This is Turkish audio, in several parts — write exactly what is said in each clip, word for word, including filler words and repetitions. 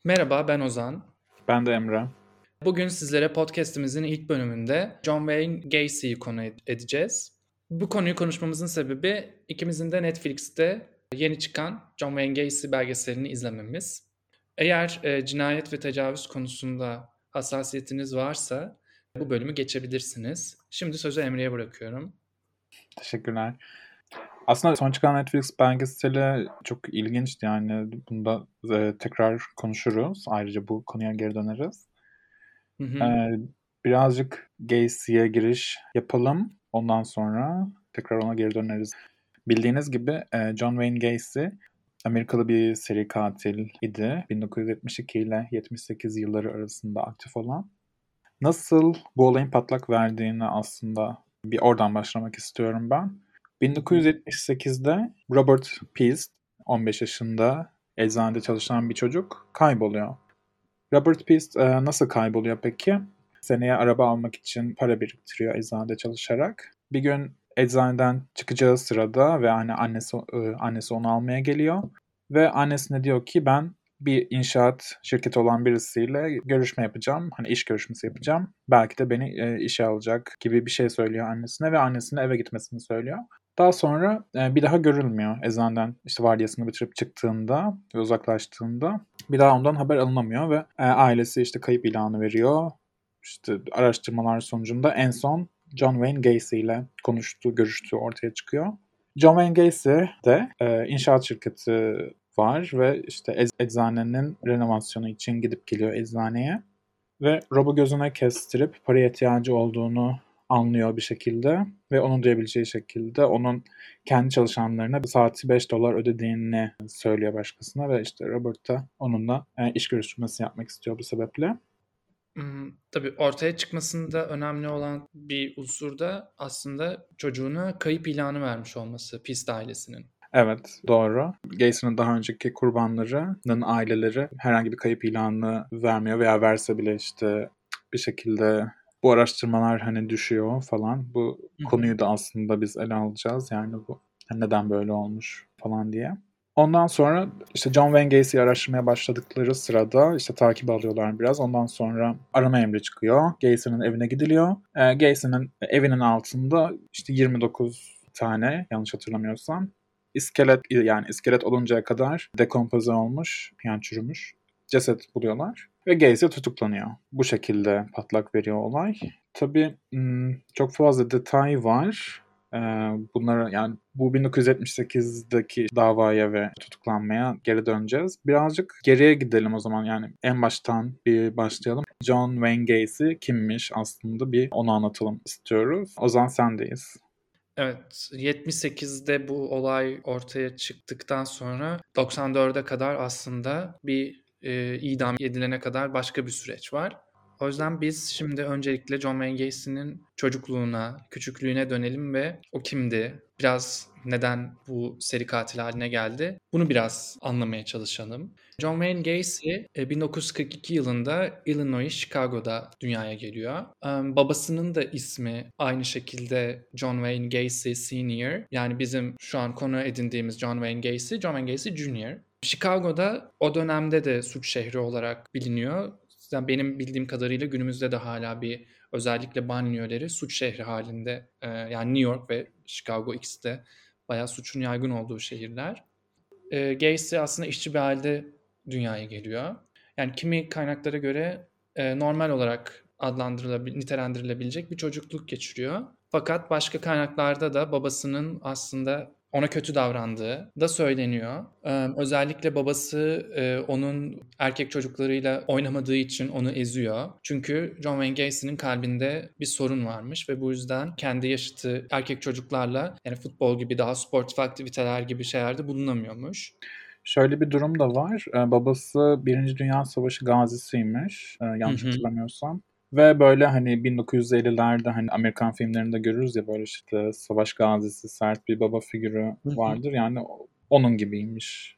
Merhaba, ben Ozan. Ben de Emre. Bugün sizlere podcast'imizin ilk bölümünde John Wayne Gacy'yi konu ed- edeceğiz. Bu konuyu konuşmamızın sebebi ikimizin de Netflix'te yeni çıkan John Wayne Gacy belgeselini izlememiz. Eğer e, cinayet ve tecavüz konusunda hassasiyetiniz varsa bu bölümü geçebilirsiniz. Şimdi sözü Emre'ye bırakıyorum. Teşekkürler. Aslında son çıkan Netflix belgeseli çok ilginçti yani. Bunu da e, tekrar konuşuruz. Ayrıca bu konuya geri döneriz. Hı E, hı. birazcık Gacy'ye giriş yapalım. Ondan sonra tekrar ona geri döneriz. Bildiğiniz gibi e, John Wayne Gacy Amerikalı bir seri katil idi. bin dokuz yüz yetmiş iki ile yetmiş sekiz yılları arasında aktif olan. Nasıl bu olayın patlak verdiğini aslında bir oradan başlamak istiyorum ben. Hı hı. bin dokuz yüz yetmiş sekizde Robert Peast, on beş yaşında eczanede çalışan bir çocuk kayboluyor. Robert Peast e, nasıl kayboluyor peki? Seneye araba almak için para biriktiriyor eczanede çalışarak. Bir gün eczaneden çıkacağı sırada ve hani annesi e, annesi onu almaya geliyor ve annesine diyor ki ben bir inşaat şirketi olan birisiyle görüşme yapacağım. Hani iş görüşmesi yapacağım. Belki de beni e, işe alacak gibi bir şey söylüyor annesine ve annesine eve gitmesini söylüyor. Daha sonra e, bir daha görülmüyor. Eczaneden işte vardiyasını bitirip çıktığında ve uzaklaştığında bir daha ondan haber alınamıyor ve e, ailesi işte kayıp ilanı veriyor. İşte araştırmalar sonucunda en son John Wayne Gacy ile konuştuğu, görüştüğü ortaya çıkıyor. John Wayne Gacy de e, inşaat şirketi var ve işte ec- eczanenin renovasyonu için gidip geliyor eczaneye. Ve Rob'u gözüne kestirip paraya ihtiyacı olduğunu anlıyor bir şekilde ve onun duyabileceği şekilde onun kendi çalışanlarına bir saati beş dolar ödediğini söylüyor başkasına ve işte Robert da onunla e, iş görüşmesi yapmak istiyor bu sebeple. Hmm, tabii ortaya çıkmasında önemli olan bir unsur da aslında çocuğuna kayıp ilanı vermiş olması Pist ailesinin. Evet, doğru. Gacy'nin daha önceki kurbanlarının aileleri herhangi bir kayıp ilanı vermiyor veya verse bile işte bir şekilde bu araştırmalar hani düşüyor falan. Bu Hı hı. konuyu da aslında biz ele alacağız. Yani bu neden böyle olmuş falan diye. Ondan sonra işte John Wayne Gacy'yi araştırmaya başladıkları sırada işte takip alıyorlar biraz. Ondan sonra arama emri çıkıyor. Gacy'nin evine gidiliyor. Ee, Gacy'nin evinin altında işte yirmi dokuz tane yanlış hatırlamıyorsam iskelet yani iskelet oluncaya kadar dekompoze olmuş yani çürümüş ceset buluyorlar. Ve Gacy tutuklanıyor. Bu şekilde patlak veriyor olay. Tabii çok fazla detay var. Ee, bunlara yani bu bin dokuz yüz yetmiş sekizdeki davaya ve tutuklanmaya geri döneceğiz. Birazcık geriye gidelim o zaman yani en baştan bir başlayalım. John Wayne Gacy kimmiş aslında bir onu anlatalım istiyoruz. O zaman sendeyiz. Evet, yetmiş sekizde bu olay ortaya çıktıktan sonra doksan dörde kadar aslında bir e, idam edilene kadar başka bir süreç var. O yüzden biz şimdi öncelikle John Wayne Gacy'nin çocukluğuna, küçüklüğüne dönelim ve o kimdi, biraz neden bu seri katil haline geldi, bunu biraz anlamaya çalışalım. John Wayne Gacy e, bin dokuz yüz kırk iki yılında Illinois, Chicago'da dünyaya geliyor. Um, babasının da ismi aynı şekilde John Wayne Gacy Senior. Yani bizim şu an konu edindiğimiz John Wayne Gacy, John Wayne Gacy Junior Chicago'da o dönemde de suç şehri olarak biliniyor. Yani benim bildiğim kadarıyla günümüzde de hala bir özellikle banliyöleri suç şehri halinde. Ee, yani New York ve Chicago ikisi de bayağı suçun yaygın olduğu şehirler. Ee, Gacy aslında işçi bir halde dünyaya geliyor. Yani kimi kaynaklara göre e, normal olarak adlandırılabil, nitelendirilebilecek bir çocukluk geçiriyor. Fakat başka kaynaklarda da babasının aslında ona kötü davrandığı da söyleniyor. Ee, özellikle babası e, onun erkek çocuklarıyla oynamadığı için onu eziyor. Çünkü John Wayne Gacy'nin kalbinde bir sorun varmış ve bu yüzden kendi yaşıtı erkek çocuklarla yani futbol gibi daha sportif aktiviteler gibi şeylerde bulunamıyormuş. Şöyle bir durum da var. Ee, babası Birinci Dünya Savaşı gazisiymiş, e, Hı yanlış hı. hatırlamıyorsam. Ve böyle hani bin dokuz yüz ellilerde hani Amerikan filmlerinde görürüz ya böyle işte savaş gazisi sert bir baba figürü Hı hı. vardır. Yani o- onun gibiymiş.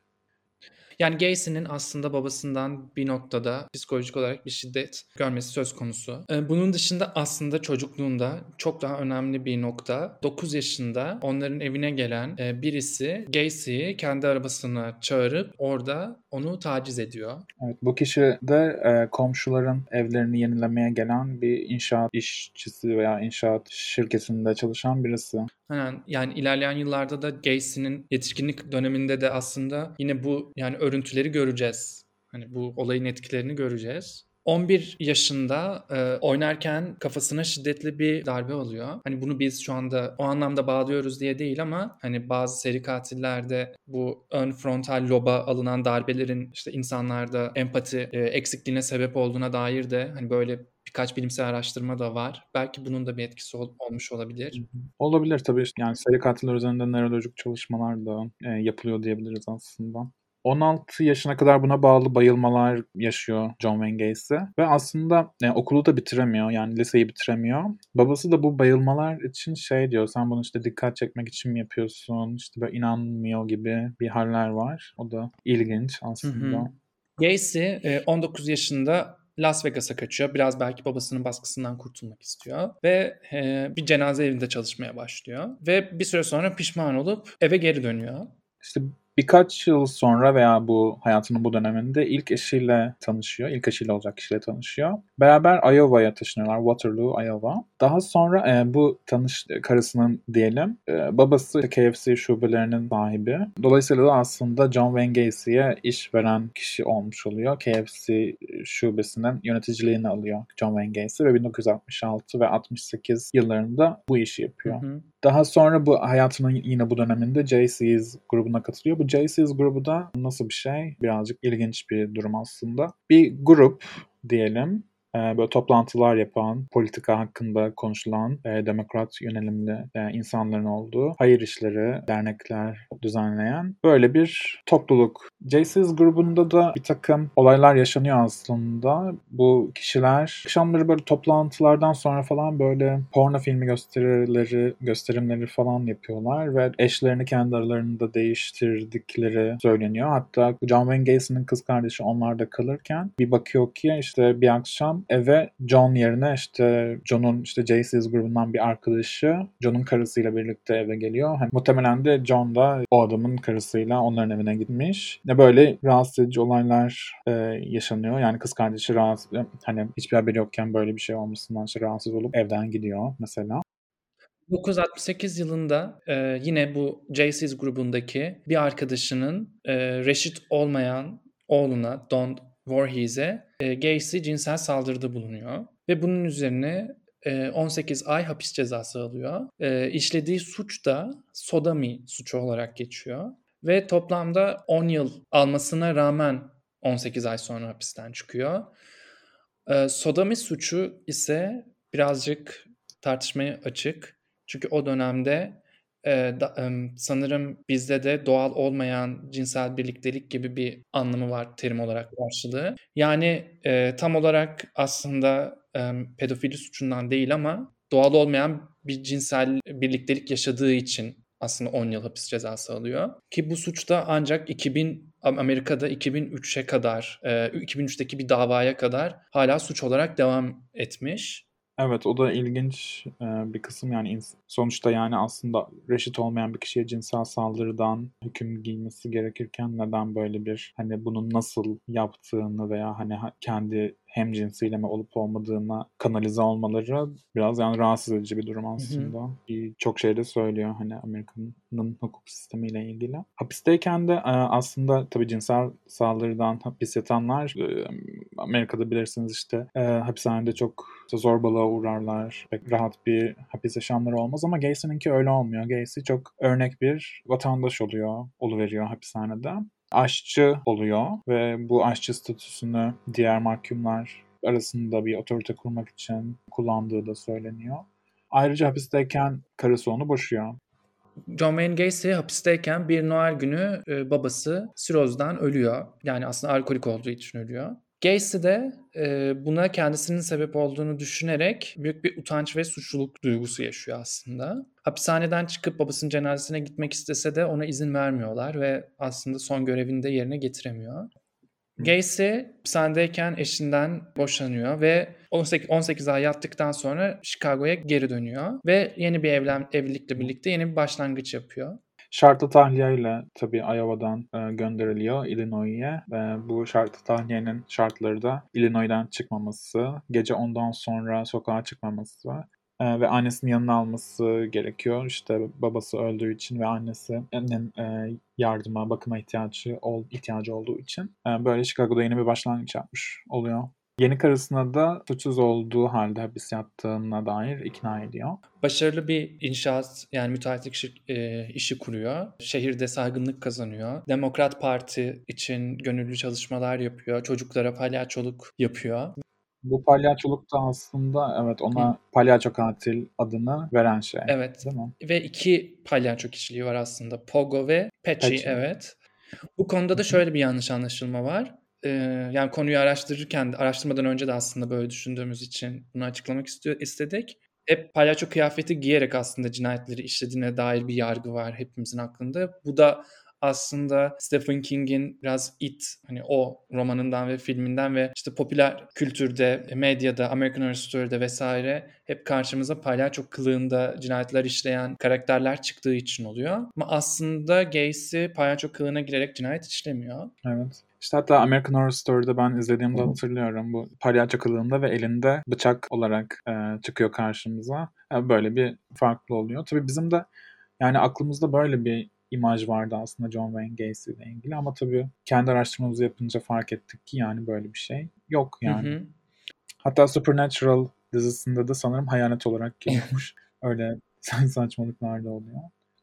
Yani Gacy'nin aslında babasından bir noktada psikolojik olarak bir şiddet görmesi söz konusu. Ee, Bunun dışında aslında çocukluğunda çok daha önemli bir nokta. dokuz yaşında onların evine gelen e, birisi Gacy'yi kendi arabasına çağırıp orada onu taciz ediyor. Evet, bu kişi de e, komşuların evlerini yenilemeye gelen bir inşaat işçisi veya inşaat şirketinde çalışan birisi. Aynen. Yani ilerleyen yıllarda da Gacy'nin yetişkinlik döneminde de aslında yine bu yani örüntüleri göreceğiz. Hani bu olayın etkilerini göreceğiz. on bir yaşında e, oynarken kafasına şiddetli bir darbe alıyor. Hani bunu biz şu anda o anlamda bağlıyoruz diye değil ama hani bazı seri katillerde bu ön frontal loba alınan darbelerin işte insanlarda empati e, eksikliğine sebep olduğuna dair de hani böyle birkaç bilimsel araştırma da var. Belki bunun da bir etkisi ol- olmuş olabilir. Olabilir tabii. Yani seri katiller üzerinde nörolojik çalışmalar da e, yapılıyor diyebiliriz aslında. on altı yaşına kadar buna bağlı bayılmalar yaşıyor John Wayne Gacy ve aslında e, okulu da bitiremiyor, yani liseyi bitiremiyor. Babası da bu bayılmalar için şey diyor, sen bunu işte dikkat çekmek için mi yapıyorsun, işte böyle inanmıyor gibi bir haller var. O da ilginç Hı hı. aslında. Gacy e, on dokuz yaşında Las Vegas'a kaçıyor. Biraz belki babasının baskısından kurtulmak istiyor. Ve e, bir cenaze evinde çalışmaya başlıyor. Ve bir süre sonra pişman olup eve geri dönüyor. İşte birkaç yıl sonra veya bu hayatının bu döneminde ilk eşiyle tanışıyor. İlk eşiyle olacak kişiyle tanışıyor. Beraber Iowa'ya taşınıyorlar. Waterloo, Iowa. Daha sonra e, bu tanış karısının diyelim e, babası K F C şubelerinin sahibi. Dolayısıyla da aslında John Wayne Gacy'ye iş veren kişi olmuş oluyor. K F C şubesinin yöneticiliğini alıyor John Wayne Gacy ve bin dokuz yüz altmış altı ve altmış sekiz yıllarında bu işi Hı yapıyor. hı. Daha sonra bu hayatının yine bu döneminde J C's grubuna katılıyor. Bu J C's grubu da nasıl bir şey? Birazcık ilginç bir durum aslında. Bir grup diyelim. Böyle toplantılar yapan, politika hakkında konuşulan, demokrat yönelimli insanların olduğu, hayır işleri, dernekler düzenleyen böyle bir topluluk. J C's grubunda da bir takım olaylar yaşanıyor aslında. Bu kişiler akşamları böyle toplantılardan sonra falan böyle porno filmi gösterileri, gösterimleri falan yapıyorlar ve eşlerini kendi aralarında değiştirdikleri söyleniyor. Hatta John Wayne Gacy'nin kız kardeşi onlarda kalırken bir bakıyor ki işte bir akşam eve John yerine işte John'un işte J C's grubundan bir arkadaşı John'un karısıyla birlikte eve geliyor. Hani muhtemelen de John da o adamın karısıyla onların evine gitmiş. Ne böyle rahatsız edici olaylar e, yaşanıyor. Yani kız kardeşi rahatsız, hani hiçbir haberi yokken böyle bir şey olmasından işte rahatsız olup evden gidiyor mesela. bin dokuz yüz altmış sekiz yılında e, yine bu J C's grubundaki bir arkadaşının e, reşit olmayan oğluna Don Voorhees'e e, Gacy cinsel saldırıda bulunuyor. Ve bunun üzerine e, on sekiz ay hapis cezası alıyor. E, işlediği suç da sodomi suçu olarak geçiyor. Ve toplamda on yıl almasına rağmen on sekiz ay sonra hapisten çıkıyor. E, sodomi suçu ise birazcık tartışmaya açık. Çünkü o dönemde e, da, e, sanırım bizde de doğal olmayan cinsel birliktelik gibi bir anlamı var terim olarak karşılığı. Yani e, tam olarak aslında e, pedofili suçundan değil ama doğal olmayan bir cinsel birliktelik yaşadığı için aslında on yıl hapis cezası alıyor. Ki bu suç da ancak iki bin Amerika'da iki bin üçe kadar, e, iki bin üçteki bir davaya kadar hala suç olarak devam etmiş. Evet, o da ilginç e, bir kısım. Yani ins- sonuçta yani aslında reşit olmayan bir kişiye cinsel saldırıdan hüküm giymesi gerekirken neden böyle bir, hani bunun nasıl yaptığını veya hani ha- kendi hemcinsiyle mi olup olmadığına kanalize olmaları biraz yani rahatsız edici bir durum Hı hı. aslında. Bir, çok şey de söylüyor hani Amerika'nın hukuk sistemiyle ilgili. Hapisteyken de e, aslında tabii cinsel saldırıdan hapis yatanlar e, Amerika'da bilirsiniz işte e, hapishanede çok işte zorbalığa uğrarlar. Pek rahat bir hapis yaşamları olmaz ama Gacy'ninki öyle olmuyor. Gacy çok örnek bir vatandaş oluyor, oluveriyor hapishanede. Aşçı oluyor ve bu aşçı statüsünü diğer mahkumlar arasında bir otorite kurmak için kullandığı da söyleniyor. Ayrıca hapisteyken karısı onu boşuyor. John Wayne Gacy hapisteyken bir Noel günü e, babası sirozdan ölüyor. Yani aslında alkolik olduğu için ölüyor. Gacy de e, buna kendisinin sebep olduğunu düşünerek büyük bir utanç ve suçluluk duygusu yaşıyor aslında. Hapishaneden çıkıp babasının cenazesine gitmek istese de ona izin vermiyorlar ve aslında son görevini de yerine getiremiyor. Gacy hapishanedeyken eşinden boşanıyor ve on sekiz, on sekiz ay yattıktan sonra Chicago'ya geri dönüyor ve yeni bir evlen, evlilikle birlikte yeni bir başlangıç yapıyor. Şartlı tahliyeyle tabii Iowa'dan e, gönderiliyor Illinois'e. E, bu şartlı tahliyenin şartları da Illinois'dan çıkmaması, gece ondan sonra sokağa çıkmaması e, ve annesinin yanına alması gerekiyor. İşte babası öldüğü için ve annesinin e, yardıma, bakıma ihtiyacı ol, ihtiyacı olduğu için e, böyle Chicago'da yeni bir başlangıç yapmış oluyor. Yeni karısına da suçsuz olduğu halde hapis yattığına dair ikna ediyor. Başarılı bir inşaat yani müteahhitlik işi, e, işi kuruyor. Şehirde saygınlık kazanıyor. Demokrat Parti için gönüllü çalışmalar yapıyor. Çocuklara palyaçoluk yapıyor. Bu palyaçoluk da aslında evet Hı. ona palyaço katil adını veren şey. Evet. Değil mi? Ve iki palyaço kişiliği var aslında. Pogo ve Patchy. Patchy. Evet. Bu konuda da şöyle bir yanlış anlaşılma var. Ee, yani konuyu araştırırken, araştırmadan önce de aslında böyle düşündüğümüz için bunu açıklamak istiyor, istedik. Hep palyaço kıyafeti giyerek aslında cinayetleri işlediğine dair bir yargı var hepimizin aklında. Bu da aslında Stephen King'in biraz It, hani o romanından ve filminden ve işte popüler kültürde, medyada, American Horror Story'de vesaire hep karşımıza palyaço kılığında cinayetler işleyen karakterler çıktığı için oluyor. Ama aslında Gacy palyaço kılığına girerek cinayet işlemiyor. Evet. İşte hatta American Horror Story'de ben izlediğimde hatırlıyorum. Bu palyaço kılığında ve elinde bıçak olarak e, çıkıyor karşımıza. Yani böyle bir farklı oluyor. Tabii bizim de yani aklımızda böyle bir imaj vardı aslında John Wayne Gacy ile ilgili ama tabii kendi araştırmamızı yapınca fark ettik ki yani böyle bir şey yok yani. Hı hı. Hatta Supernatural dizisinde de sanırım hayalet olarak geliyormuş. Öyle saçmalıklar da oluyor.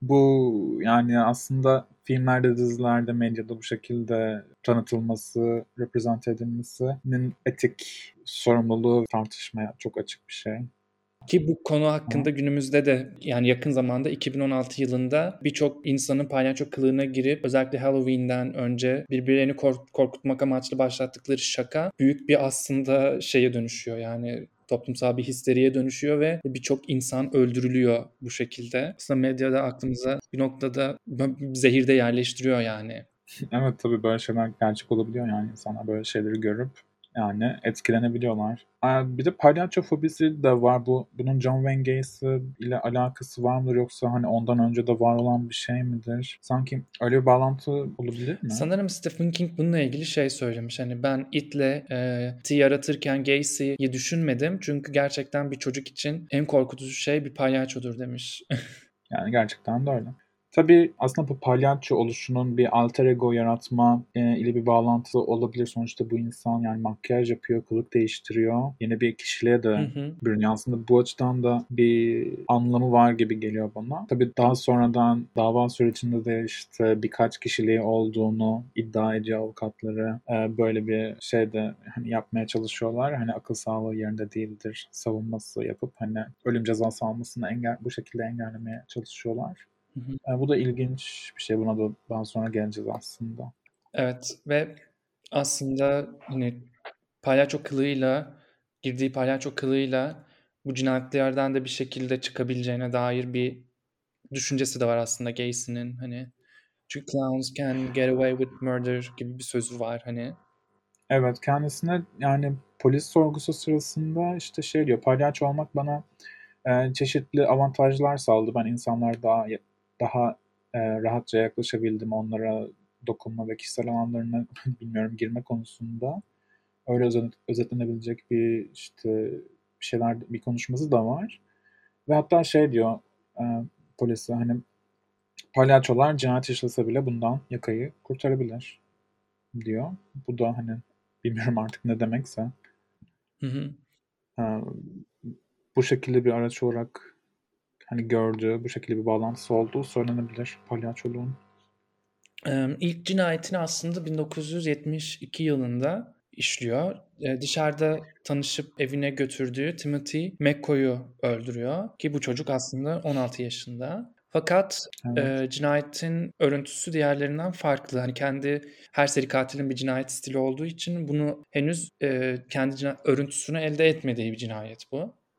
Bu yani aslında filmlerde, dizilerde, medyada bu şekilde tanıtılması, reprezent edilmesinin etik sorumluluğu tartışmaya çok açık bir şey. Ki bu konu Ama hakkında günümüzde de yani yakın zamanda iki bin on altı yılında birçok insanın palyaço kılığına girip özellikle Halloween'den önce birbirlerini kork- korkutmak amaçlı başlattıkları şaka büyük bir aslında şeye dönüşüyor. Yani toplumsal bir histeriye dönüşüyor ve birçok insan öldürülüyor bu şekilde. Aslında medyada aklımıza bir noktada zehirde yerleştiriyor yani. evet tabii böyle şeyler gerçek olabiliyor yani insanlar böyle şeyleri görüp yani etkilenebiliyorlar. Aa, bir de palyaço fobisi de var. Bu bunun John Wayne Gacy ile alakası var mıdır yoksa hani ondan önce de var olan bir şey midir? Sanki öyle bir bağlantı olabilir mi? Sanırım Stephen King bununla ilgili şey söylemiş. Hani ben It'le e, It'i yaratırken Gacy'yi düşünmedim. Çünkü gerçekten bir çocuk için en korkutucu şey bir palyaçodur demiş. Yani gerçekten de öyle. Tabii aslında bu palyaço oluşunun bir alter ego yaratma e, ile bir bağlantısı olabilir. Sonuçta bu insan yani makyaj yapıyor, kılık değiştiriyor. Yeni bir kişiliğe Hı de hı. bürünüyor. Aslında bu açıdan da bir anlamı var gibi geliyor bana. Tabii daha sonradan dava sürecinde de işte birkaç kişiliği olduğunu iddia ediyor avukatları. E, böyle bir şey de hani yapmaya çalışıyorlar. Hani akıl sağlığı yerinde değildir savunması yapıp hani ölüm cezası almasını engel bu şekilde engellemeye çalışıyorlar. Hı hı. E, bu da ilginç bir şey. Buna da daha sonra geleceğiz aslında. Evet ve aslında hani palyaço kılığıyla girdiği palyaço kılığıyla bu cinayetlerden de bir şekilde çıkabileceğine dair bir düşüncesi de var aslında Gacy'nin hani. Çünkü clowns can get away with murder gibi bir sözü var hani. Evet, kendisine yani polis sorgusu sırasında işte şey diyor, palyaço olmak bana e, çeşitli avantajlar sağladı. Ben insanlar daha daha e, rahatça yaklaşabildim onlara dokunma ve kişisel alanlarına bilmiyorum girme konusunda. Öyle özet, özetlenebilecek bir işte bir şeyler bir konuşması da var. Ve hatta şey diyor e, polise hani palyaçolar cinayet işlese bile bundan yakayı kurtarabilir diyor. Bu da hani bilmiyorum artık ne demekse. Hı hı. Ha, bu şekilde bir araç olarak hani gördüğü, bu şekilde bir bağlantısı olduğu söylenebilir palyaçoluğun. Emm, ilk cinayetini aslında bin dokuz yüz yetmiş iki yılında işliyor. Eee, dışarıda tanışıp evine götürdüğü Timothy McCoy'u öldürüyor ki bu çocuk aslında on altı yaşında. Fakat, Evet. eee, cinayetin örüntüsü diğerlerinden farklı. Hani kendi her seri katilin bir cinayet stili olduğu için bunu henüz, eee, kendi cina örüntüsünü elde etmediği bir cinayet bu.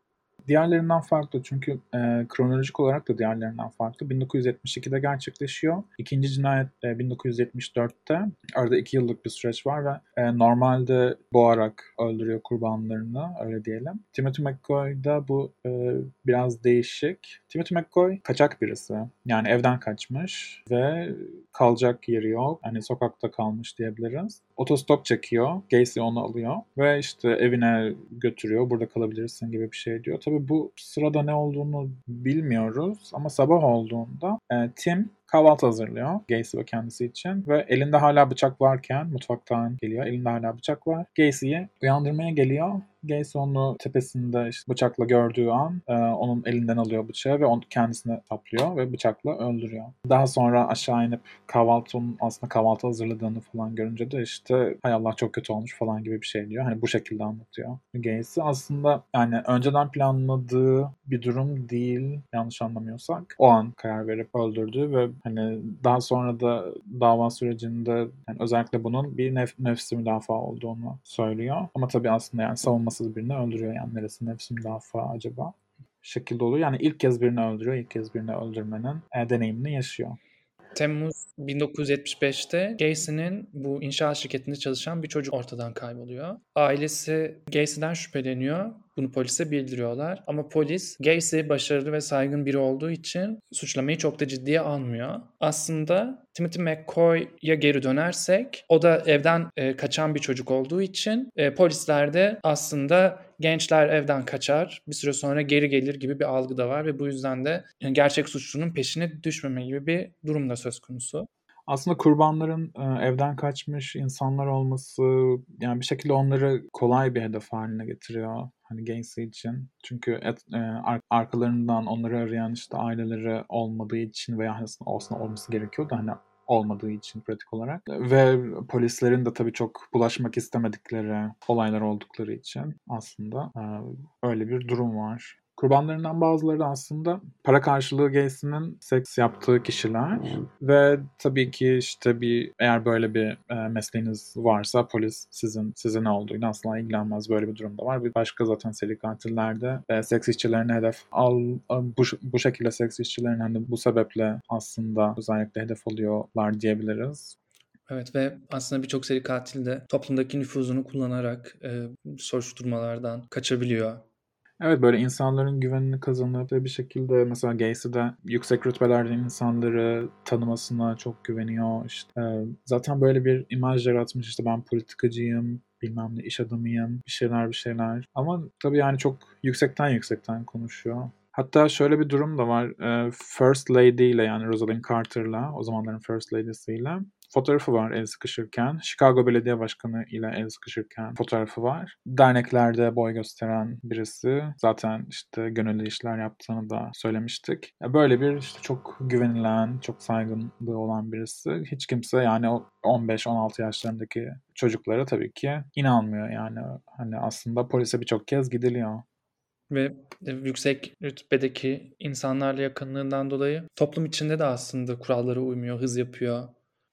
diğerlerinden farklı çünkü e, kronolojik olarak da diğerlerinden farklı. bin dokuz yüz yetmiş ikide gerçekleşiyor. İkinci cinayet e, bin dokuz yüz yetmiş dörtte. Arada iki yıllık bir süreç var ve e, normalde boğarak öldürüyor kurbanlarını, öyle diyelim. Timothy McCoy'da bu e, biraz değişik. Timothy McCoy kaçak birisi. Yani evden kaçmış ve kalacak yeri yok. Hani sokakta kalmış diyebiliriz. Otostop çekiyor. Gacy onu alıyor ve işte evine götürüyor. Burada kalabilirsin gibi bir şey diyor. Tabii bu sırada ne olduğunu bilmiyoruz ama sabah olduğunda e, Tim kahvaltı hazırlıyor Gacy ve kendisi için ve elinde hala bıçak varken mutfaktan geliyor. Elinde hala bıçak var. Gacy'yi uyandırmaya geliyor. Gacy onu tepesinde işte bıçakla gördüğü an e, onun elinden alıyor bıçağı ve onu kendisine saplıyor ve bıçakla öldürüyor. Daha sonra aşağı inip kahvaltının aslında kahvaltı hazırladığını falan görünce de işte hay Allah çok kötü olmuş falan gibi bir şey diyor. Hani bu şekilde anlatıyor. Gacy aslında yani önceden planladığı bir durum değil yanlış anlamıyorsak. O an karar verip öldürdü ve hani daha sonra da dava sürecinde yani özellikle bunun bir nef- nefsi müdafaa olduğunu söylüyor. Ama tabii aslında yani savunmasız birini öldürüyor. Yani neresi nefsi müdafaa acaba? Şekilde oluyor. Yani ilk kez birini öldürüyor. İlk kez birini öldürmenin e, deneyimini yaşıyor. Temmuz bin dokuz yüz yetmiş beşte Gacy'nin bu inşaat şirketinde çalışan bir çocuk ortadan kayboluyor. Ailesi Gacy'den şüpheleniyor. Bunu polise bildiriyorlar. Ama polis Gacy başarılı ve saygın biri olduğu için suçlamayı çok da ciddiye almıyor. Aslında Timothy McCoy'a geri dönersek o da evden e, kaçan bir çocuk olduğu için e, polisler de aslında gençler evden kaçar, bir süre sonra geri gelir gibi bir algı da var ve bu yüzden de gerçek suçlunun peşine düşmeme gibi bir durum da söz konusu. Aslında kurbanların e, evden kaçmış insanlar olması yani bir şekilde onları kolay bir hedef haline getiriyor. Hani Gacy için. Çünkü et, e, ar- arkalarından onları arayan işte aileleri olmadığı için veya aslında olsun olması gerekiyor da hani olmadığı için pratik olarak. Ve polislerin de tabii çok bulaşmak istemedikleri olaylar oldukları için aslında e, öyle bir durum var. Kurbanlarından bazıları da aslında para karşılığı Gacy'nin seks yaptığı kişiler ve tabii ki işte bir eğer böyle bir e, mesleğiniz varsa polis sizin size ne olduğunu asla ilgilenmez. Böyle bir durumda var. Bir başka zaten seri katillerde e, seks işçilerine hedef al bu, bu şekilde seks işçilerini hani bu sebeple aslında özellikle hedef alıyorlar diyebiliriz. Evet ve aslında birçok seri katil de toplumdaki nüfuzunu kullanarak e, soruşturmalardan kaçabiliyor. Evet böyle insanların güvenini kazanıp ve bir şekilde mesela Gacy'de yüksek rütbelerde insanları tanımasına çok güveniyor. İşte, e, zaten böyle bir imaj yaratmış işte ben politikacıyım, bilmem ne iş adamıyım, bir şeyler bir şeyler. Ama tabii yani çok yüksekten yüksekten konuşuyor. Hatta şöyle bir durum da var. E, First Lady ile yani Rosalind Carter'la o zamanların First Lady'siyle fotoğrafı var el sıkışırken. Chicago Belediye Başkanı ile el sıkışırken fotoğrafı var. Derneklerde boy gösteren birisi. Zaten işte gönüllü işler yaptığını da söylemiştik. Ya böyle bir işte çok güvenilen, çok saygınlığı olan birisi. Hiç kimse yani o on beş on altı yaşlarındaki çocuklara tabii ki inanmıyor yani. Hani aslında polise birçok kez gidiliyor. Ve yüksek rütbedeki insanlarla yakınlığından dolayı toplum içinde de aslında kurallara uymuyor, hız yapıyor.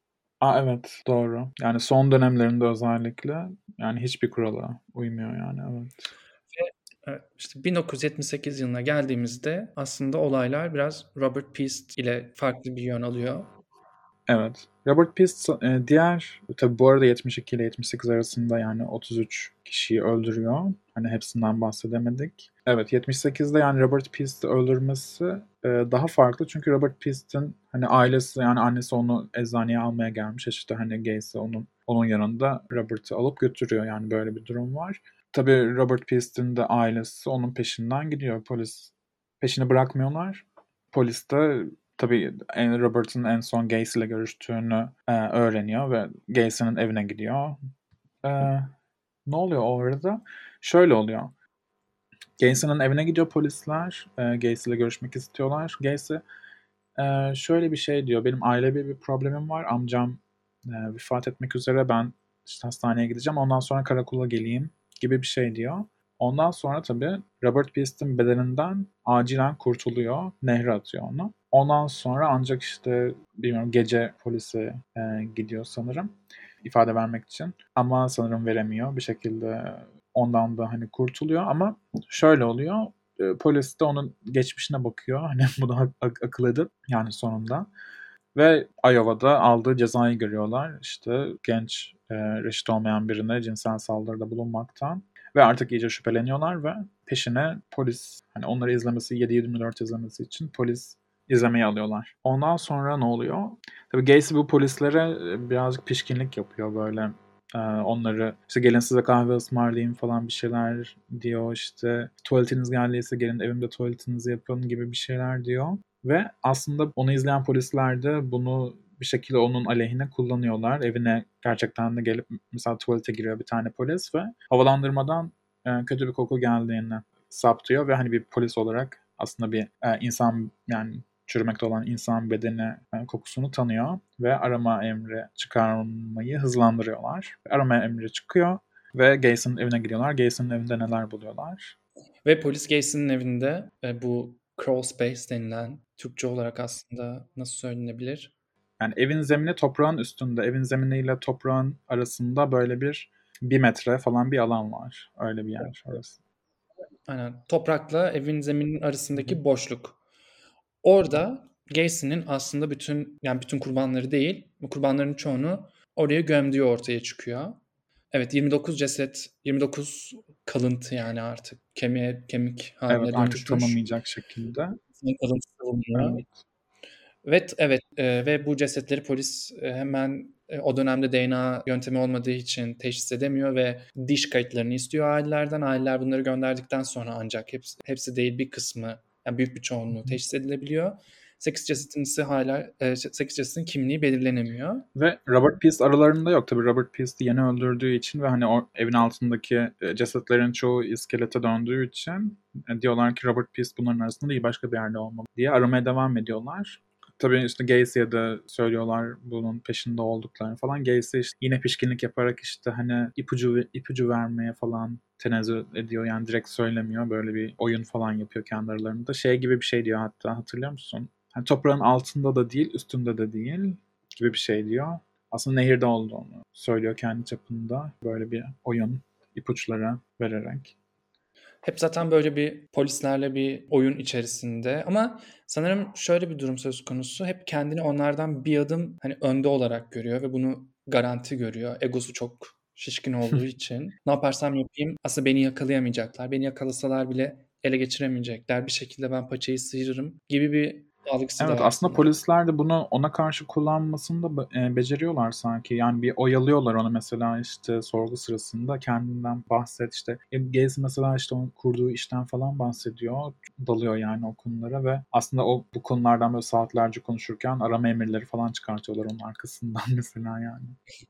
Aa evet doğru. Yani son dönemlerinde özellikle yani hiçbir kurala uymuyor yani evet. Ve evet, işte bin dokuz yüz yetmiş sekiz yılına geldiğimizde aslında olaylar biraz Robert Peast ile farklı bir yön alıyor. Evet. Robert Pist e, diğer tabii bu arada yetmiş iki ile yetmiş sekiz arasında yani otuz üç kişiyi öldürüyor. Hani hepsinden bahsedemedik. Evet yetmiş sekizde yani Robert Pist'i öldürmesi e, daha farklı çünkü Robert Pist'in hani ailesi yani annesi onu eczaneye almaya gelmiş. İşte hani Gacy onun onun yanında Robert'ı alıp götürüyor yani böyle bir durum var. Tabii Robert Pist'in de ailesi onun peşinden gidiyor. Polis peşini bırakmıyorlar. Polis de tabii en- Robert'ın en son Gacy ile görüştüğünü e, öğreniyor ve Gacy'nin evine gidiyor. E, ne oluyor orada? Şöyle oluyor. Gacy'nin evine gidiyor polisler. E, Gacy ile görüşmek istiyorlar. Gacy e, şöyle bir şey diyor. Benim ailevi bir problemim var. Amcam e, vefat etmek üzere. Ben işte hastaneye gideceğim. Ondan sonra karakola geleyim gibi bir şey diyor. Ondan sonra tabii Robert Pist'in bedeninden acilen kurtuluyor. Nehre atıyor onu. Ondan sonra ancak işte bilmiyorum gece polisi e, gidiyor sanırım ifade vermek için. Ama sanırım veremiyor. Bir şekilde ondan da hani kurtuluyor ama şöyle oluyor. e, polis de onun geçmişine bakıyor. Hani bunu ak- ak- akıl edip yani sonunda. Ve Iowa'da aldığı cezayı görüyorlar. İşte genç, e, reşit olmayan birine cinsel saldırıda bulunmaktan. Ve artık iyice şüpheleniyorlar ve peşine polis, hani onları izlemesi, yedi yirmi dört izlemesi için polis izlemeye alıyorlar. Ondan sonra ne oluyor? Tabii Gacy bu polislere e, birazcık pişkinlik yapıyor böyle. Ee, onları işte gelin size kahve ısmarlayayım falan bir şeyler diyor, işte tuvaletiniz geldiyse gelin evimde tuvaletinizi yapın gibi bir şeyler diyor. Ve aslında onu izleyen polisler de bunu bir şekilde onun aleyhine kullanıyorlar. Evine gerçekten de gelip mesela tuvalete giriyor bir tane polis ve havalandırmadan e, kötü bir koku geldiğini saptıyor ve hani bir polis olarak aslında bir e, insan, yani çürümekte olan insan bedeni e, kokusunu tanıyor ve arama emri çıkarmayı hızlandırıyorlar. Arama emri çıkıyor ve Gacy'nin evine gidiyorlar. Gacy'nin evinde neler buluyorlar? Ve polis Gacy'nin evinde e, bu crawl space denilen, Türkçe olarak aslında nasıl söylenebilir? Yani evin zemini toprağın üstünde. Evin zeminiyle toprağın arasında böyle bir bir metre falan bir alan var. Öyle bir yer orası. Aynen. Toprakla evin zemininin Hı hı. arasındaki boşluk. Orada Gacy'nin aslında bütün, yani bütün kurbanları değil, bu kurbanların çoğunu oraya gömdüğü ortaya çıkıyor. Evet, yirmi dokuz ceset, yirmi dokuz kalıntı, yani artık kemiğe kemik Evet, haline artık dönüşmüş. tanımayacak şekilde. İnsan kalıntısı bulunuyor. Evet. Evet, evet, e, ve bu cesetleri polis e, hemen e, o dönemde D N A yöntemi olmadığı için teşhis edemiyor ve diş kayıtlarını istiyor ailelerden. Aileler bunları gönderdikten sonra ancak hepsi, hepsi değil bir kısmı, yani büyük bir Hı çoğunluğu hı. teşhis edilebiliyor. sekiz cesetin ise hala e, sekiz cesetin kimliği belirlenemiyor. Ve Robert Peace aralarında yok. Tabii Robert Peace yeni öldürdüğü için ve hani o evin altındaki e, cesetlerin çoğu iskelete döndüğü için e, diyorlar ki Robert Peace bunların arasında değil başka bir yerde olmalı diye aramaya devam ediyorlar. Tabii işte Gacy'ye de söylüyorlar bunun peşinde olduklarını falan. Gacy işte yine pişkinlik yaparak işte hani ipucu ipucu vermeye falan tenezzül ediyor. Yani direkt söylemiyor. Böyle bir oyun falan yapıyor kendi aralarında. Şey gibi bir şey diyor hatta, hatırlıyor musun? Hani toprağın altında da değil, üstünde de değil gibi bir şey diyor. Aslında nehirde olduğunu söylüyor kendi çapında. Böyle bir oyun ipuçları vererek. Hep zaten böyle bir polislerle bir oyun içerisinde, ama sanırım şöyle bir durum söz konusu. Hep kendini onlardan bir adım hani önde olarak görüyor ve bunu garanti görüyor. Egosu çok şişkin olduğu için. Ne yaparsam yapayım aslında beni yakalayamayacaklar. Beni yakalasalar bile ele geçiremeyecekler. Bir şekilde ben paçayı sıyırırım gibi bir algısı da Evet, var aslında sanırım. polisler de bunu ona karşı kullanmasını da be- e, beceriyorlar sanki. Yani bir oyalıyorlar onu mesela işte sorgu sırasında kendinden bahset işte. E, Gacy mesela işte onun kurduğu işten falan bahsediyor. Dalıyor yani o konulara ve aslında o bu konulardan böyle saatlerce konuşurken arama emirleri falan çıkartıyorlar onun arkasından mesela yani.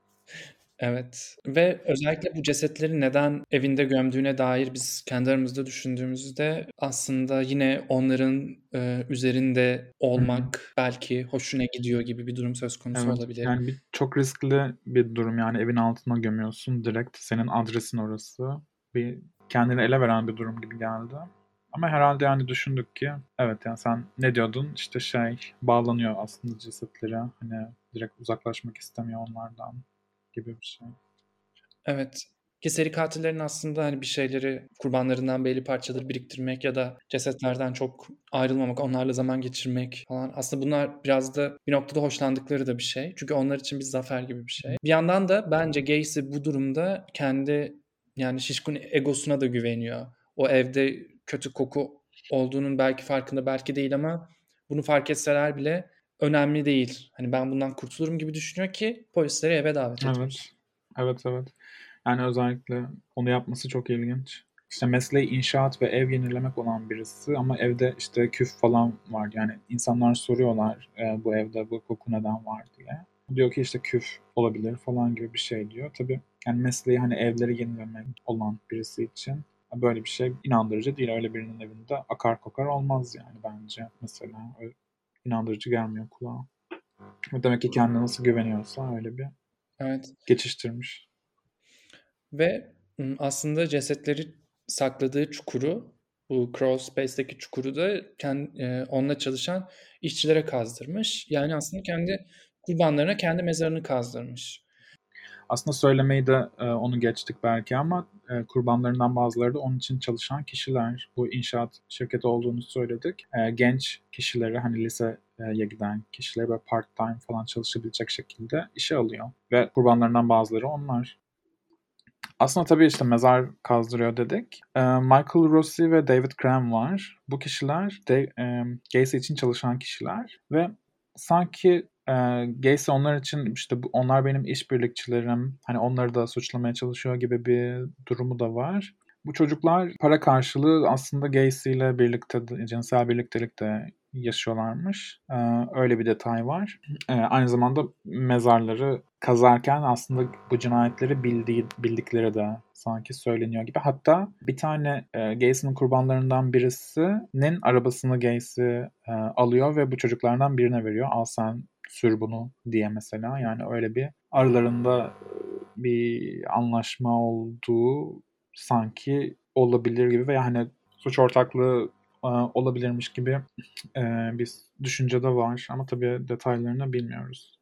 Evet, ve özellikle bu cesetleri neden evinde gömdüğüne dair biz kendi aramızda düşündüğümüzde aslında yine onların e, üzerinde Hı hı. olmak belki hoşuna gidiyor gibi bir durum söz konusu Evet. olabilir. Yani bir çok riskli bir durum yani evin altına gömüyorsun direkt senin adresin orası. Bir kendini ele veren bir durum gibi geldi. Ama herhalde yani düşündük ki evet yani sen ne diyordun işte şey bağlanıyor aslında cesetlere hani direkt uzaklaşmak istemiyor onlardan gibi bir şey. Evet. Ki seri katillerin aslında hani bir şeyleri, kurbanlarından belli parçaları biriktirmek ya da cesetlerden çok ayrılmamak, onlarla zaman geçirmek falan. Aslında bunlar biraz da bir noktada hoşlandıkları da bir şey. Çünkü onlar için bir zafer gibi bir şey. Bir yandan da bence Gacy bu durumda kendi, yani şişkin egosuna da güveniyor. O evde kötü koku olduğunun belki farkında, belki değil, ama bunu fark etseler bile önemli değil. Hani ben bundan kurtulurum gibi düşünüyor ki polisleri eve davet Evet. etmiş. Evet, evet. Yani özellikle onu yapması çok ilginç. İşte mesleği inşaat ve ev yenilemek olan birisi ama evde işte küf falan var. Yani insanlar soruyorlar e, bu evde bu koku neden var diye. Diyor ki işte küf olabilir falan gibi bir şey diyor. Tabii yani mesleği hani evleri yenilemek olan birisi için böyle bir şey inandırıcı değil. Öyle birinin evinde akar kokar olmaz yani bence mesela. Öyle inandırıcı gelmiyor kulağa. Demek ki kendine nasıl güveniyorsa öyle bir Evet. geçiştirmiş. Ve ım, aslında cesetleri sakladığı çukuru, bu crawl space'teki çukuru da kendi, e, onunla çalışan işçilere kazdırmış. Yani aslında kendi kurbanlarına kendi mezarını kazdırmış. Aslında söylemeyi de e, onu geçtik belki ama e, kurbanlarından bazıları da onun için çalışan kişiler. Bu inşaat şirketi olduğunu söyledik. E, genç kişileri hani liseye giden kişileri böyle part time falan çalışabilecek şekilde işe alıyor. Ve kurbanlarından bazıları onlar. Aslında tabii işte mezar kazdırıyor dedik. E, Michael Rossi ve David Graham var. Bu kişiler de, e, Gacy için çalışan kişiler ve sanki e, Gacy onlar için işte bu, onlar benim işbirlikçilerim, hani onları da suçlamaya çalışıyor gibi bir durumu da var. Bu çocuklar para karşılığı aslında Gacy ile birlikte de- cinsel birliktelikte yaşıyorlarmış. E, öyle bir detay var. E, aynı zamanda mezarları kazarken aslında bu cinayetleri bildiği, bildikleri de sanki söyleniyor gibi. Hatta bir tane e, Gacy'nin kurbanlarından birisinin arabasını Gacy e, alıyor ve bu çocuklardan birine veriyor. Al sen sür bunu diye mesela. Yani öyle bir aralarında e, bir anlaşma olduğu sanki olabilir gibi veya hani suç ortaklığı e, olabilirmiş gibi e, bir düşünce de var. Ama tabii detaylarını bilmiyoruz.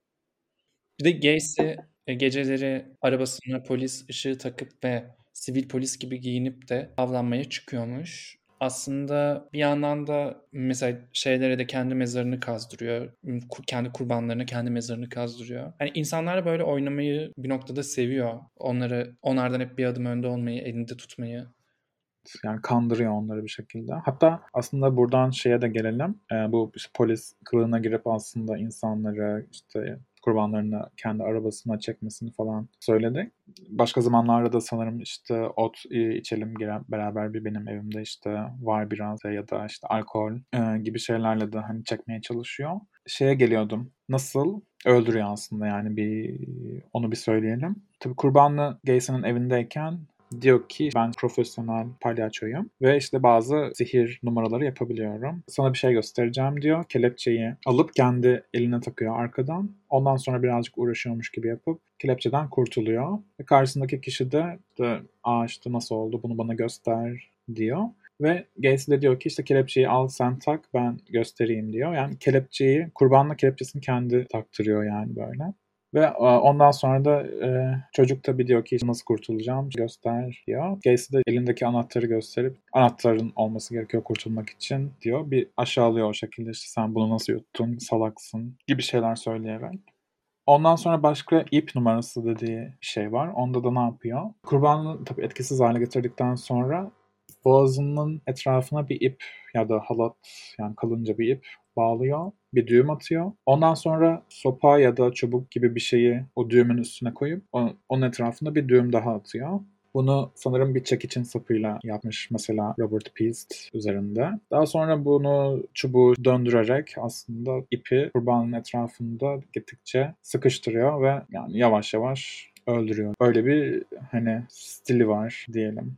Bir de Gacy e, geceleri arabasına polis ışığı takıp ve sivil polis gibi giyinip de avlanmaya çıkıyormuş. Aslında bir yandan da mesela şeylere de kendi mezarını kazdırıyor. Ku- Kendi kurbanlarına kendi mezarını kazdırıyor. Hani insanlar da böyle oynamayı bir noktada seviyor. Onları, onlardan hep bir adım önde olmayı, elinde tutmayı. Yani kandırıyor onları bir şekilde. Hatta aslında buradan şeye de gelelim. Ee, bu işte polis kılığına girip aslında insanları işte kurbanlarını kendi arabasına çekmesini falan söyledi. Başka zamanlarda da sanırım işte ot e, içelim gire- beraber bir benim evimde işte var biraz ya da işte alkol e, gibi şeylerle de hani çekmeye çalışıyor. Şeye geliyordum. Nasıl öldürüyor aslında yani bir onu bir söyleyelim. Tabii kurbanlı Gacy'nin evindeyken diyor ki ben profesyonel palyaçoyum ve işte bazı sihir numaraları yapabiliyorum. Sana bir şey göstereceğim diyor. Kelepçeyi alıp kendi eline takıyor arkadan. Ondan sonra birazcık uğraşıyormuş gibi yapıp kelepçeden kurtuluyor. Ve karşısındaki kişi de işte, aa işte nasıl oldu bunu bana göster diyor. Ve Gacy de diyor ki işte kelepçeyi al sen tak ben göstereyim diyor. Yani kelepçeyi kurbanla kelepçesini kendi taktırıyor yani böyle. Ve e, ondan sonra da e, çocuk tabii diyor ki nasıl kurtulacağım göster diyor. Gacy de elindeki anahtarı gösterip anahtarın olması gerekiyor kurtulmak için diyor. Bir aşağılıyor o şekilde işte sen bunu nasıl yuttun salaksın gibi şeyler söyleyerek. Ondan sonra başka ip numarası dediği bir şey var. Onda da ne yapıyor? Kurbanı tabii etkisiz hale getirdikten sonra boğazının etrafına bir ip ya da halat yani kalınca bir ip bağlıyor. Bir düğüm atıyor. Ondan sonra sopa ya da çubuk gibi bir şeyi o düğümün üstüne koyup onun etrafında bir düğüm daha atıyor. Bunu sanırım bir çekiçin sapıyla yapmış mesela Robert Piest üzerinde. Daha sonra bunu çubuğu döndürerek aslında ipi kurbanın etrafında gittikçe sıkıştırıyor ve yani yavaş yavaş öldürüyor. Böyle bir hani stili var diyelim.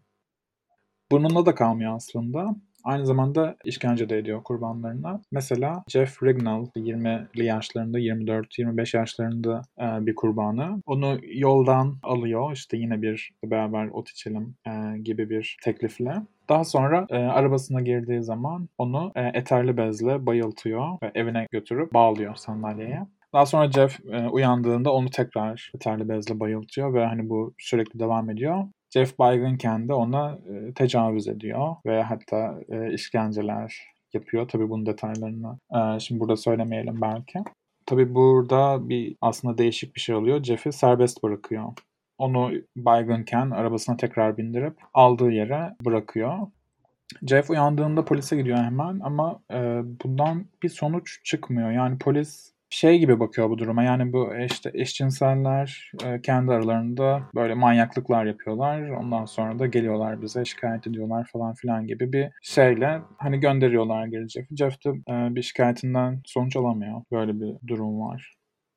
Bununla da kalmıyor aslında. Aynı zamanda işkence de ediyor kurbanlarına. Mesela Jeff Rignall yirmili yaşlarında, yirmi dört yirmi beş yaşlarında e, bir kurbanı. Onu yoldan alıyor. İşte yine bir beraber ot içelim e, gibi bir teklifle. Daha sonra e, arabasına girdiği zaman onu e, eterli bezle bayıltıyor ve evine götürüp bağlıyor sandalyeye. Daha sonra Jeff e, uyandığında onu tekrar eterli bezle bayıltıyor ve hani bu sürekli devam ediyor. Jeff baygınken de ona e, tecavüz ediyor ve hatta e, işkenceler yapıyor. Tabii bunun detaylarını e, şimdi burada söylemeyelim belki. Tabii burada bir aslında değişik bir şey oluyor. Jeff'i serbest bırakıyor. Onu baygınken arabasına tekrar bindirip aldığı yere bırakıyor. Jeff uyandığında polise gidiyor hemen ama e, bundan bir sonuç çıkmıyor. Yani polis şey gibi bakıyor bu duruma. Yani bu işte eşcinseller e, kendi aralarında böyle manyaklıklar yapıyorlar. Ondan sonra da geliyorlar bize şikayet ediyorlar falan filan gibi bir şeyle hani gönderiyorlar geri Jeff'i. Jeff de e, bir şikayetinden sonuç alamıyor. Böyle bir durum var.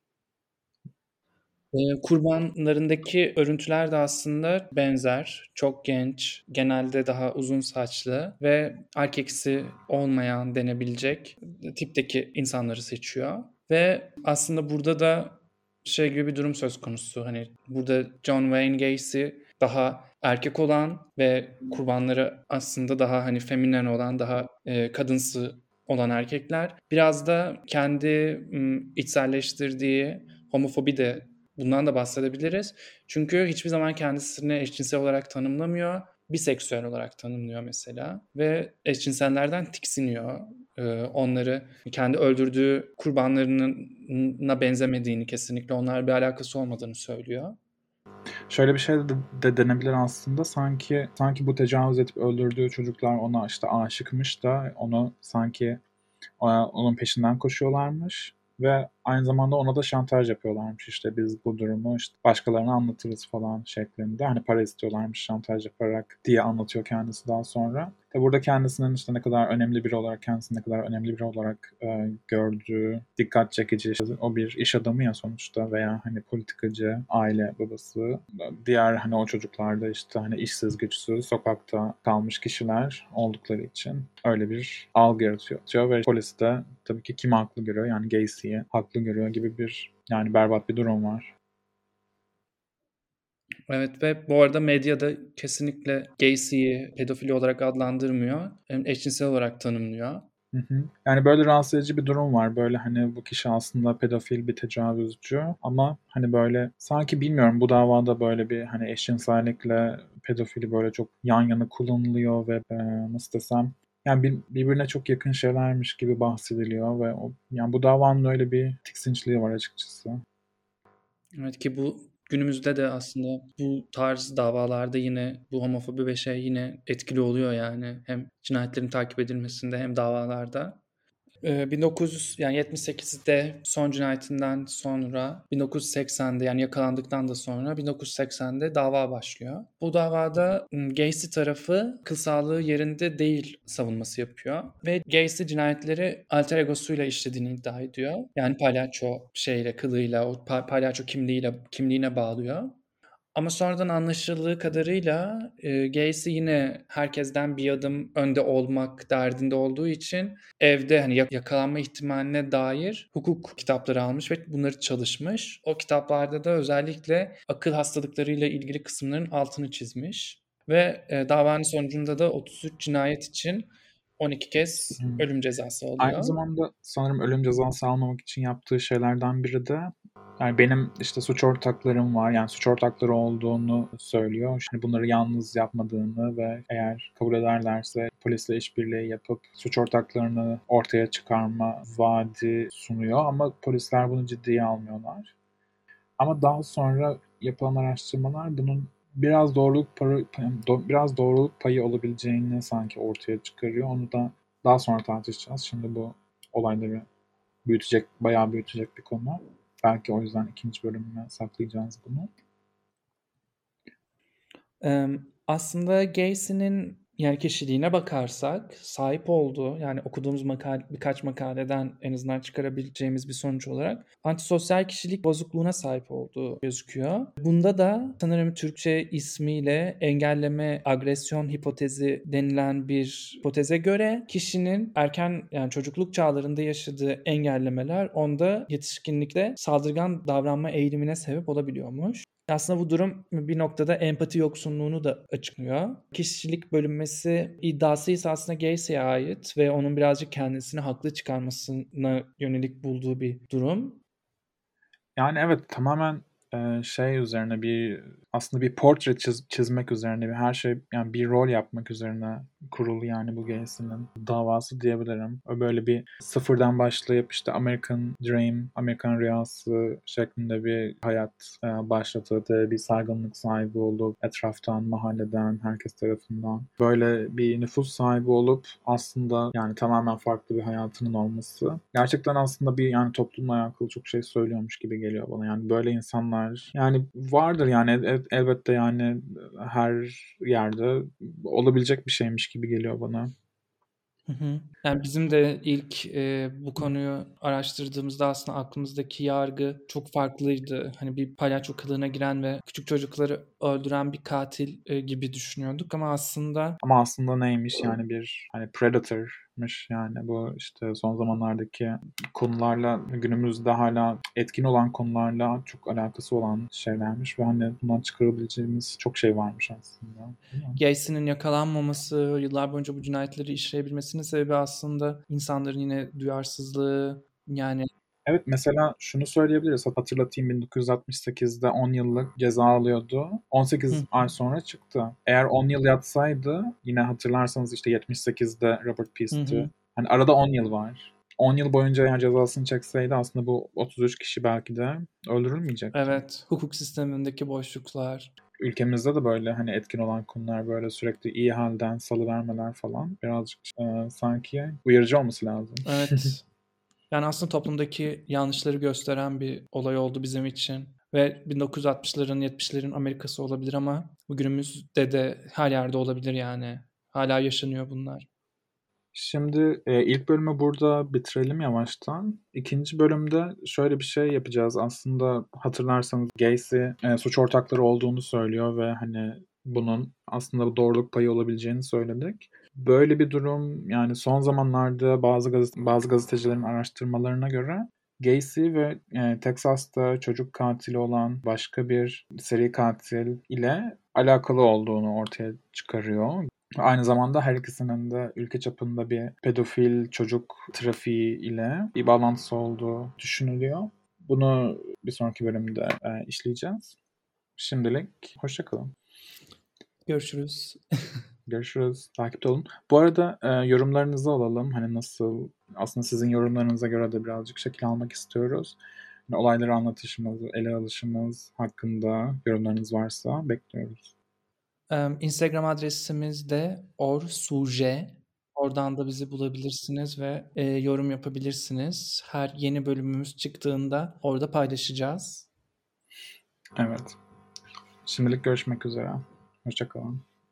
Eee, kurbanlarındaki örüntüler de aslında benzer. Çok genç, genelde daha uzun saçlı ve erkeksi olmayan denebilecek tipteki insanları seçiyor. Ve aslında burada da şey gibi bir durum söz konusu. Hani burada John Wayne Gacy daha erkek olan ve kurbanları aslında daha hani feminen olan, daha e, kadınsı olan erkekler. Biraz da kendi m, içselleştirdiği homofobi de Bundan da bahsedebiliriz. Çünkü hiçbir zaman kendisini eşcinsel olarak tanımlamıyor. Biseksüel olarak tanımlıyor mesela ve eşcinsellerden tiksiniyor. Ee, onları kendi öldürdüğü kurbanlarına benzemediğini, kesinlikle onlarla bir alakası olmadığını söylüyor. Şöyle bir şey de, de denebilir aslında. Sanki sanki bu tecavüz edip öldürdüğü çocuklar ona işte aşıkmış da onu sanki e, onun peşinden koşuyorlarmış ve aynı zamanda ona da şantaj yapıyorlarmış. İşte biz bu durumu işte başkalarına anlatırız falan şeklinde. Hani para istiyorlarmış şantaj yaparak diye anlatıyor kendisi daha sonra. Ve burada kendisinin işte ne kadar önemli biri olarak, kendisini ne kadar önemli biri olarak e, gördüğü, dikkat çekici, işte o bir iş adamı ya sonuçta veya hani politikacı, aile babası. Diğer hani o çocuklarda işte hani işsiz, güçsüz, sokakta kalmış kişiler oldukları için öyle bir algı yaratıyor ve polis de tabii ki kimi haklı görüyor, yani Gacy'yi haklı görüyor gibi bir, yani berbat bir durum var. Evet ve bu arada medyada kesinlikle Gacy'yi pedofili olarak adlandırmıyor. Hem eşcinsel olarak tanımlıyor. Hı hı. Yani böyle rahatsız edici bir durum var. Böyle hani bu kişi aslında pedofil, bir tecavüzcü ama hani böyle sanki bilmiyorum bu davada böyle bir hani eşcinsellikle pedofili böyle çok yan yana kullanılıyor ve e, nasıl desem, yani bir, birbirine çok yakın şeylermiş gibi bahsediliyor ve o, yani bu davanın öyle bir tiksinçliği var açıkçası. Evet ki bu günümüzde de aslında bu tarz davalarda yine bu homofobi ve şey yine etkili oluyor yani. Hem cinayetlerin takip edilmesinde hem davalarda. Ee, bin dokuz yüz yani yetmiş sekizde son cinayetinden sonra bin dokuz yüz seksende yani yakalandıktan da sonra bin dokuz yüz seksende dava başlıyor. Bu davada m, Gacy tarafı akıl sağlığı yerinde değil savunması yapıyor ve Gacy cinayetleri alter egosuyla işlediğini iddia ediyor. Yani palyaço şeyle, kılığıyla, o pa- palyaço kimliğiyle kimliğine bağlıyor. Ama sonradan anlaşıldığı kadarıyla e, Gacy yine herkesten bir adım önde olmak derdinde olduğu için evde hani yak- yakalanma ihtimaline dair hukuk kitapları almış ve bunları çalışmış. O kitaplarda da özellikle akıl hastalıklarıyla ilgili kısımların altını çizmiş. Ve e, davanın sonucunda da otuz üç cinayet için on iki kez Hmm. ölüm cezası Aynı alıyor. zamanda sanırım ölüm cezası almamak için yaptığı şeylerden biri de, yani benim işte suç ortaklarım var, yani suç ortakları olduğunu söylüyor. Şimdi bunları yalnız yapmadığını ve eğer kabul ederlerse polisle işbirliği yapıp suç ortaklarını ortaya çıkarma vaadi sunuyor ama polisler bunu ciddiye almıyorlar. Ama daha sonra yapılan araştırmalar bunun biraz doğruluk payı, biraz doğruluk payı olabileceğini sanki ortaya çıkarıyor. Onu da daha sonra tartışacağız. Şimdi bu olayları büyütecek, bayağı büyütecek bir konu. Belki o yüzden ikinci bölümüne saklayacağız bunu. Emm, aslında Gacy'nin yani kişiliğine bakarsak sahip olduğu yani okuduğumuz makale birkaç makaleden en azından çıkarabileceğimiz bir sonuç olarak antisosyal kişilik bozukluğuna sahip olduğu gözüküyor. Bunda da sanırım Türkçe ismiyle engelleme agresyon hipotezi denilen bir hipoteze göre kişinin erken yani çocukluk çağlarında yaşadığı engellemeler onda yetişkinlikte saldırgan davranma eğilimine sebep olabiliyormuş. Aslında bu durum bir noktada empati yoksunluğunu da açıklıyor. Kişilik bölünmesi iddiası ise aslında Gacy'ye ait ve onun birazcık kendisini haklı çıkarmasına yönelik bulduğu bir durum. Yani evet, tamamen e, şey üzerine bir, aslında bir portre çiz- çizmek üzerine, bir her şey, yani bir rol yapmak üzerine kurulu yani bu Gacy'nin davası diyebilirim. O böyle bir sıfırdan başlayıp işte American Dream, Amerikan rüyası şeklinde bir hayat e, başlatıldı. Bir saygınlık sahibi olup etraftan, mahalleden, herkes tarafından böyle bir nüfus sahibi olup aslında yani tamamen farklı bir hayatının olması gerçekten aslında bir, yani toplumla alakalı çok şey söylüyormuş gibi geliyor bana. Yani böyle insanlar yani vardır yani, el- elbette yani her yerde olabilecek bir şeymiş gibi geliyor bana. Hı hı. Yani bizim de ilk e, bu konuyu araştırdığımızda aslında aklımızdaki yargı çok farklıydı. Hani bir palyaço kılığına giren ve küçük çocukları öldüren bir katil e, gibi düşünüyorduk ama aslında Ama aslında neymiş, yani bir hani predator'mış, yani bu işte son zamanlardaki konularla, günümüzde hala etkin olan konularla çok alakası olan şeylermiş ve hani bundan çıkarabileceğimiz çok şey varmış aslında. Değil mi? Gacy'nin yakalanmaması, yıllar boyunca bu cinayetleri işleyebilmesinin sebebi aslında insanların yine duyarsızlığı. Yani Evet, mesela şunu söyleyebiliriz. Hatırlatayım, bin dokuz yüz altmış sekizde on yıllık ceza alıyordu. on Hı sekiz ay hı. sonra çıktı. Eğer on yıl yatsaydı, yine hatırlarsanız işte yetmiş sekizde Robert Hı hı. Peace'ti. Hani arada on yıl var. on yıl boyunca eğer cezasını çekseydi aslında bu otuz üç kişi belki de öldürülmeyecekti. Evet, hukuk sistemindeki boşluklar. Ülkemizde de böyle hani etkin olan konular, böyle sürekli iyi halden salıvermeler falan birazcık e, sanki uyarıcı olması lazım. Evet. Yani aslında toplumdaki yanlışları gösteren bir olay oldu bizim için. Ve bin dokuz yüz altmışların, yetmişlerin Amerika'sı olabilir ama bugünümüzde de her yerde olabilir yani. Hala yaşanıyor bunlar. Şimdi e, ilk bölümü burada bitirelim yavaştan. İkinci bölümde şöyle bir şey yapacağız. Aslında hatırlarsanız Gacy e, suç ortakları olduğunu söylüyor ve hani bunun aslında doğruluk payı olabileceğini söyledik. Böyle bir durum, yani son zamanlarda bazı gazete, bazı gazetecilerin araştırmalarına göre Gacy ve e, Texas'ta çocuk katili olan başka bir seri katil ile alakalı olduğunu ortaya çıkarıyor. Aynı zamanda her ikisinin de ülke çapında bir pedofil çocuk trafiği ile bir bağlantısı olduğu düşünülüyor. Bunu bir sonraki bölümde e, işleyeceğiz. Şimdilik hoşça kalın. Görüşürüz. Görüşürüz. Takipte olun. Bu arada e, yorumlarınızı alalım. Hani nasıl, aslında sizin yorumlarınıza göre de birazcık şekil almak istiyoruz. Yani olayları anlatışımız, ele alışımız hakkında yorumlarınız varsa bekliyoruz. Em, Instagram adresimiz de orsuje. Oradan da bizi bulabilirsiniz ve e, yorum yapabilirsiniz. Her yeni bölümümüz çıktığında orada paylaşacağız. Evet. Şimdilik görüşmek üzere. Hoşça kalın.